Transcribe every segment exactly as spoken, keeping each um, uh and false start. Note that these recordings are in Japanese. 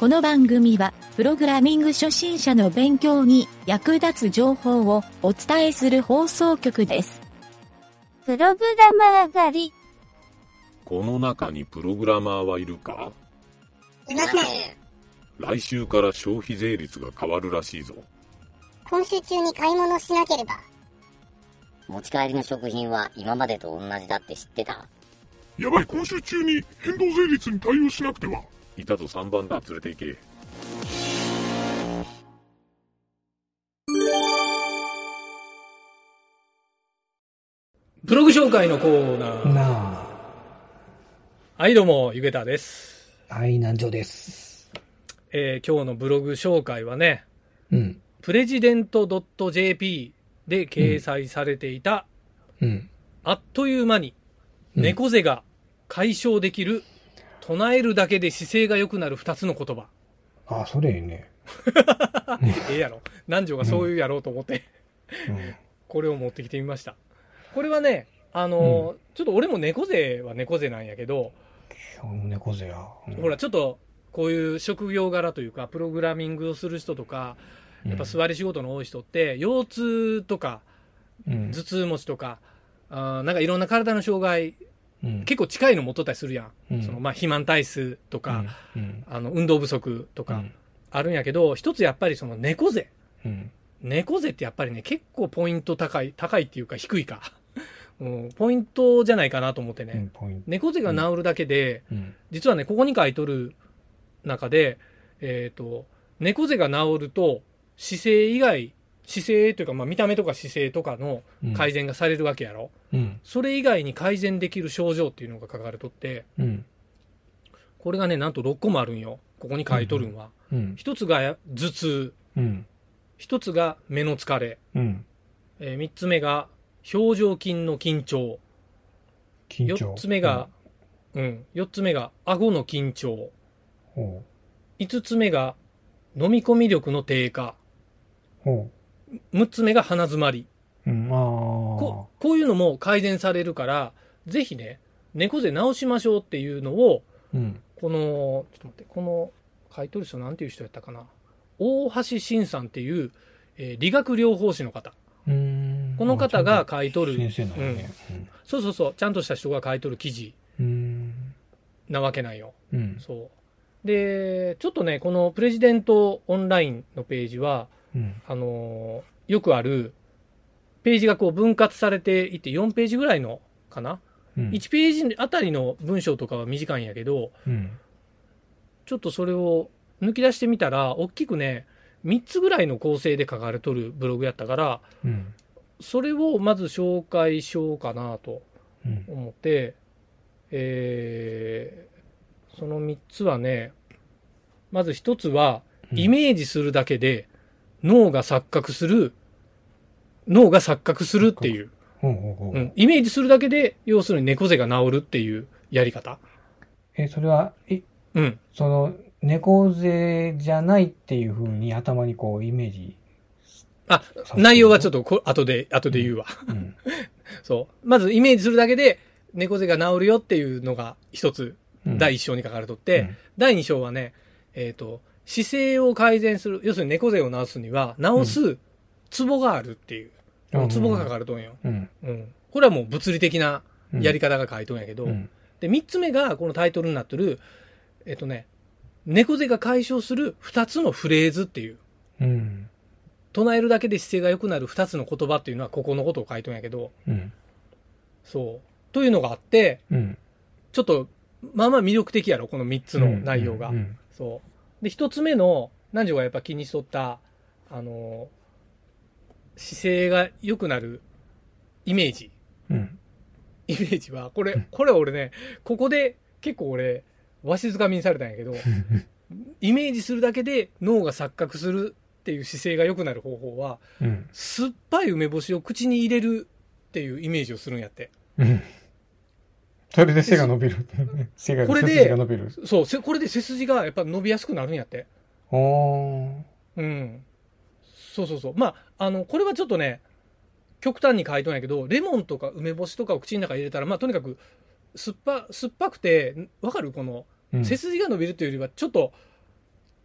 の番組は、プログラミング初心者の勉強に役立つ情報をお伝えする放送局です。 プログラマー狩り。 この中にプログラマーはいるか？ いません。 来週から消費税率が変わるらしいぞ。 今週中に買い物しなければ。 持ち帰りの食品は今までと同じだって知ってた？ やばい、今週中に変動税率に対応しなくては。 いたぞさんばんだ、連れて行け。 ブログ紹介のコーナー。 なあ。 はい、どうも、ゆげたです。 はい、南條です。 えー、今日のブログ紹介はね、 うん。 プレジデント .jp で掲載されていた、 うん。 あっという間に猫背が解消できる、唱えるだけで姿勢が良くなるふたつの言葉。 ああ、それいいね。 ええやろ。南條がそういうやろうと思って、 うん、 これを持ってきてみました。これはね、あの、うん、ちょっと俺も猫背は猫背なんやけど、 猫背や、 うん、ほら、ちょっとこういう職業柄というか、プログラミングをする人とか、やっぱ座り仕事の多い人って、腰痛とか、頭痛持ちとか、あなんかいろんな体の障害、うん、結構近いの持っとったりするやん。うん、そのまあ肥満体質とか、うん、あの運動不足とかあるんやけど、一つやっぱりその猫背、うん、猫背ってやっぱりね結構ポイント高い高いっていうか低いか、うん、ポイントじゃないかなと思ってね、うん、猫背が治るだけで、うん、実はねここに書いとる中で、えーと、猫背が治ると姿勢以外姿勢というか、まあ、見た目とか姿勢とかの改善がされるわけやろ、うん、それ以外に改善できる症状っていうのが書かれとって、うん、これがねなんとろっこもあるんよ。ここに書いとるんは、うん、ひとつが頭痛、うん、ひとつが目の疲れ、うんえー、みっつめが表情筋の緊張、緊張よっつめが、うんうん、よっつめが顎の緊張、いつつめが飲み込み力の低下、むっつめが鼻詰まり、うん、あこ, こういうのも改善されるからぜひね猫背直しましょうっていうのを、うん、このちょっと待ってこの書いとる人なんていう人やったかな、大橋晋さんっていう、えー、理学療法士の方、うーんこの方が書いとる先生なんね、うんうん、そうそうそうちゃんとした人が書いとる記事なわけなんよ、うん、そうでちょっとねこのプレジデントオンラインのページはうん、あのー、よくあるページがこう分割されていてよんページぐらいのかな、うん、いちページあたりの文章とかは短いんやけど、うん、ちょっとそれを抜き出してみたら大きくねみっつぐらいの構成で書かれとるブログやったから、うん、それをまず紹介しようかなと思って、うんえー、そのみっつはねまずひとつはイメージするだけで、脳が錯覚する脳が錯覚するっていう、ほうほうほううん、イメージするだけで要するに猫背が治るっていうやり方。 えそれはえ、うん、その猫背じゃないっていう風に頭にこうイメージあ内容はちょっとこ後で後で言うわ、うんうん、そうまずイメージするだけで猫背が治るよっていうのが一つ、うん、だいいっ章に書かれとって、うん、だいに章はねえっ、ー、と姿勢を改善する、要するに猫背を治すには、治すツボがあるっていう、うん、ツボが書かれとんよ、うんうん。これはもう物理的なやり方が書いとんやけど、うん、で、三つ目がこのタイトルになってる、えっとね、猫背が解消する二つのフレーズっていう、うん、唱えるだけで姿勢が良くなる二つの言葉っていうのはここのことを書いとんやけど、うん、そう。というのがあって、うん、ちょっと、まあまあ魅力的やろ、この三つの内容が。うんうんうん、そう。で一つ目の南條がやっぱ気にしとったあの姿勢が良くなるイメージ、うん、イメージはこれこれ俺ねここで結構俺わしづかみにされたんやけどイメージするだけで脳が錯覚するっていう姿勢が良くなる方法は、うん、酸っぱい梅干しを口に入れるっていうイメージをするんやって、うんそれで背が伸びる。背が、 これで、背筋が伸びる。そう、これで背筋がやっぱ伸びやすくなるんやって。 おー。 うん。そうそうそう。まあ、あの、これはちょっとね、極端に書いとんやけど、レモンとか梅干しとかを口の中に入れたら、まあ、とにかく、酸っぱ、酸っぱくて、わかるこの、背筋が伸びるというよりは、ちょっと、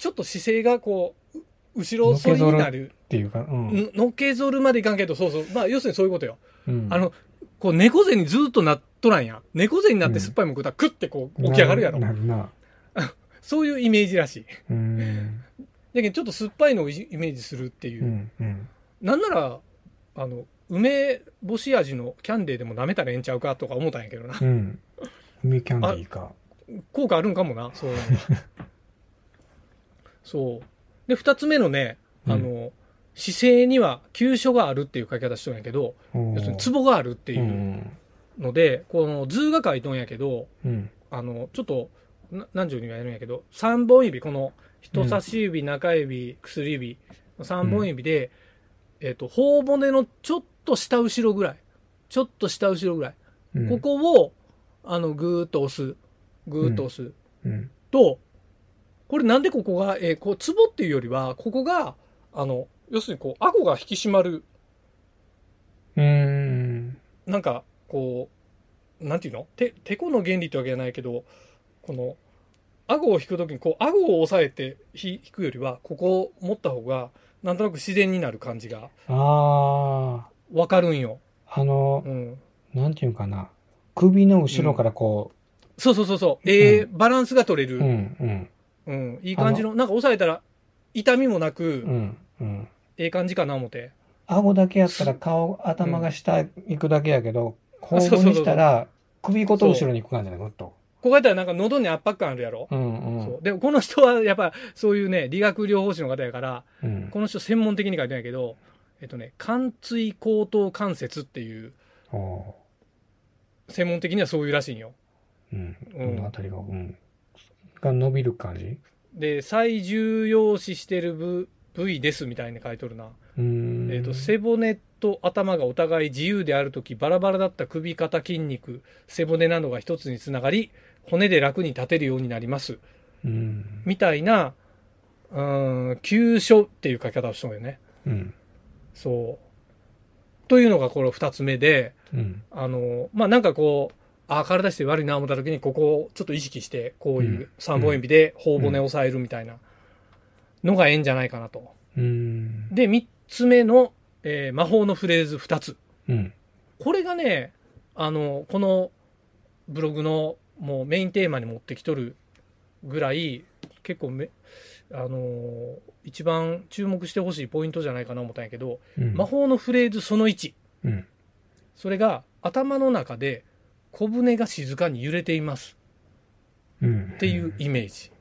ちょっと姿勢がこう、後ろ反りになる。 っていうか、うん。 のっけぞるまでいかんけど、そうそう。まあ、要するにそういうことよ。 うん、 あの、こう、猫背にずっとなっとらんやん。猫背になって酸っぱいもん食ったら、クッてこう、起き上がるやろ。 なるな。 そういうイメージらしい。 うん。 だけど、ちょっと酸っぱいのをイメージするっていう。 うんうん、 なんなら、あの、梅干し味のキャンデーでも舐めたらええんちゃうかとか思ったんやけどな。 うん。梅キャンデーか。 効果あるんかもな、そういうの。そう。で、二つ目のね、あの、うん、姿勢には急所があるっていう書き方しとるんやけど、要するにツボがあるっていうので、うん、この図が書いとんやけど、うん、あの、ちょっと、何十にはやるんやけど、三本指、この人差し指、中指、薬指、三本指で、うん、えっと、頬骨のちょっと下後ろぐらい、ちょっと下後ろぐらい、うん、ここを、あの、ぐーっと押す、ぐーっと押す、うん、と、これなんでここが、えー、こう、ツボっていうよりは、ここが、あの、要するにこう、顎が引き締まる。 うーん。 なんか、こう、なんていうのて、てこの原理ってわけじゃないけど、この、顎を引くときに、こう、顎を押さえて引くよりは、ここを持った方が、なんとなく自然になる感じが。 ああ。 わかるんよ。 あの、うん、なんていうかな。首の後ろからこう。 うん、そうそうそうそう。ええー、バランスが取れる。 うん、うん。 うん。いい感じの、なんか押さえたら、痛みもなく、 うん、うん。 ええ感じかな思って。 顎だけやったら顔、頭が下行くだけやけど、頬骨にしたら首ごと後ろに行く感じだね、ぐっと。 こうやったらなんか喉に圧迫感あるやろ。 うんうん、 そうでもこの人はやっぱそういうね、理学療法士の方やから、 うん、 この人専門的に書いてないけど、えっとね、貫椎後頭関節っていう、専門的にはそういうらしいんよ。 うん。この辺りが、うん。が伸びる感じで、最重要視してる部、部位ですみたいに書いとるな。 うんえっと、背骨と頭がお互い自由であるとき、バラバラだった首肩筋肉、背骨などが一つにつながり、骨で楽に立てるようになります。 うんみたいな、うん、急所っていう書き方をしたのよね。 うん。 そう。というのがこれ二つ目で、 うん、 あの、まあ、なんかこう、あ、体して悪いな思ったときに、ここをちょっと意識して、こういう三本指で頬骨を押さえるみたいなのがええんじゃないかなと。 うん、 で、三つ目の、えー、魔法のフレーズ二つ。 うん、これがね、あの、このブログのもうメインテーマに持ってきとるぐらい、結構め、あのー、一番注目してほしいポイントじゃないかな思ったんやけど、 うん、 魔法のフレーズそのいち。 うん、 それが、頭の中で小舟が静かに揺れています。 うん、 っていうイメージ。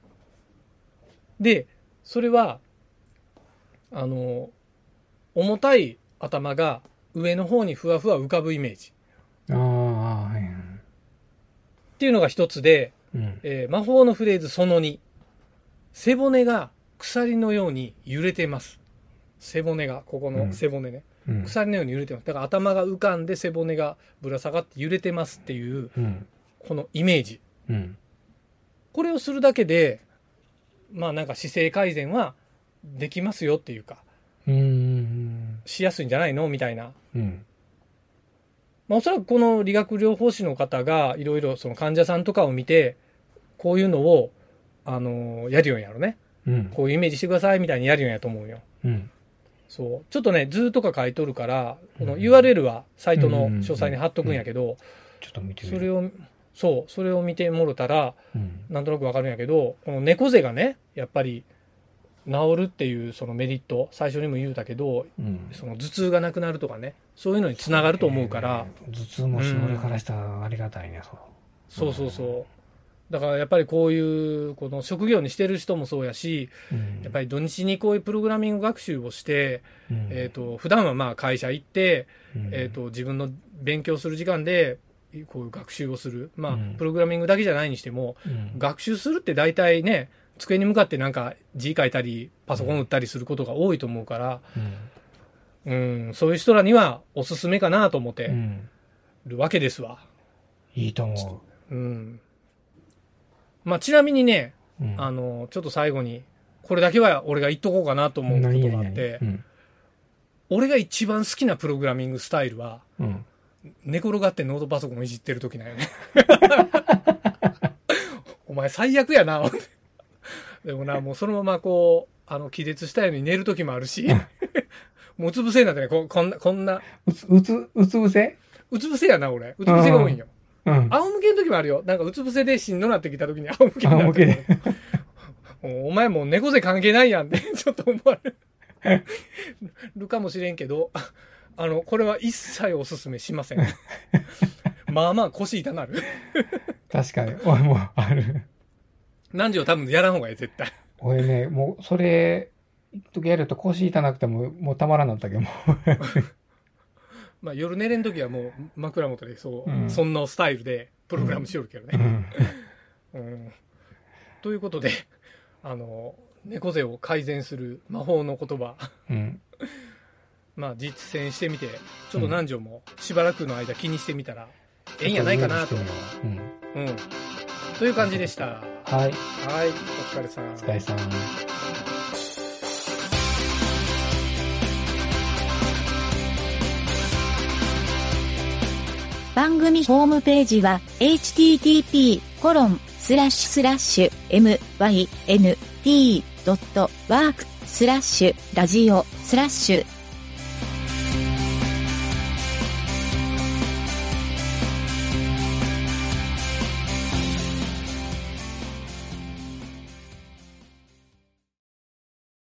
で、それは、あの、重たい頭が上の方にふわふわ浮かぶイメージ。 ああ、はい。 っていうのが一つで、 うんえー、魔法のフレーズそのに。背骨が鎖のように揺れています。背骨が、ここの背骨ね。 うん、 鎖のように揺れてます。だから頭が浮かんで背骨がぶら下がって揺れてますっていう、 うん、 このイメージ、 うん。 これをするだけで、まあなんか姿勢改善はできますよっていうか、 うーんしやすいんじゃないのみたいな。 うんまあ、おそらくこの理学療法士の方がいろいろその患者さんとかを見て、こういうのを、あのー、やるようんやろね、 うん。 こういうイメージしてくださいみたいにやるよんやと思うよ。 うん。 そう。ちょっとね、図とか書いとるから、この ユーアールエル はサイトの詳細に貼っとくんやけど、 ちょっと見てみる。 それを、そう、それを見てもろたら、 うん、 なんとなくわかるんやけど、この猫背がね、やっぱり治るっていうそのメリット、最初にも言うたけど、 うん、 その頭痛がなくなるとかね、そういうのにつながると思うから。 えー、頭痛もし俺からしたらありがたいね、 そう。そうそうそう。だからやっぱりこういう、この職業にしてる人もそうやし、 うん、 やっぱり土日にこういうプログラミング学習をして、 うん、 えっと、普段はまあ会社行って、 うん、 えっと、自分の勉強する時間で、こういう学習をする。まあ、 うん、 プログラミングだけじゃないにしても、 うん、 学習するって大体ね、机に向かってなんか字書いたり、パソコン打ったりすることが多いと思うから、うん、うん、そういう人らにはおすすめかなと思ってるわけですわ。 うん、いいと思う。うん。まあ、ちなみにね、 うん、 あの、ちょっと最後に、これだけは俺が言っとこうかなと思うことがあって、 うん、俺が一番好きなプログラミングスタイルは、 うん、 寝転がってノートパソコンをいじってる時なんよね。お前最悪やな。 でもな、もうそのままこう、あの、気絶したように寝る時もあるし、もううつ伏せになってね、ここんな、こんな。 うつ、うつ、うつ伏せうつ伏せやな、俺。うつ伏せが多いんよ。 うん。 仰向けの時もあるよ。なんかうつ伏せでしんどなってきた時に仰向けになって。仰向けで。お前もう猫背関係ないやんってちょっと思われるかもしれんけど、あの、これは一切おすすめしません。まあまあ腰痛なる。 確かに、俺もある。 何時を多分やらん方がいい、絶対。 俺ね、もうそれ、一時やると腰痛なくても、もうたまらんなったけども。 まあ夜寝れん時はもう枕元でそう、うん、そんなスタイルでプログラムしよるけどね。うんうん、ということで、あの、猫背を改善する魔法の言葉。うん、まあ実践してみて、ちょっと南條もしばらくの間気にしてみたら、ええんやないかなと。うん。うん。という感じでした。はい。 はい。お疲れさん。 お疲れさん。 番組ホームページは エイチティーティーピーコロンスラッシュスラッシュエムワイエヌティードットワークスラッシュラジオスラッシュ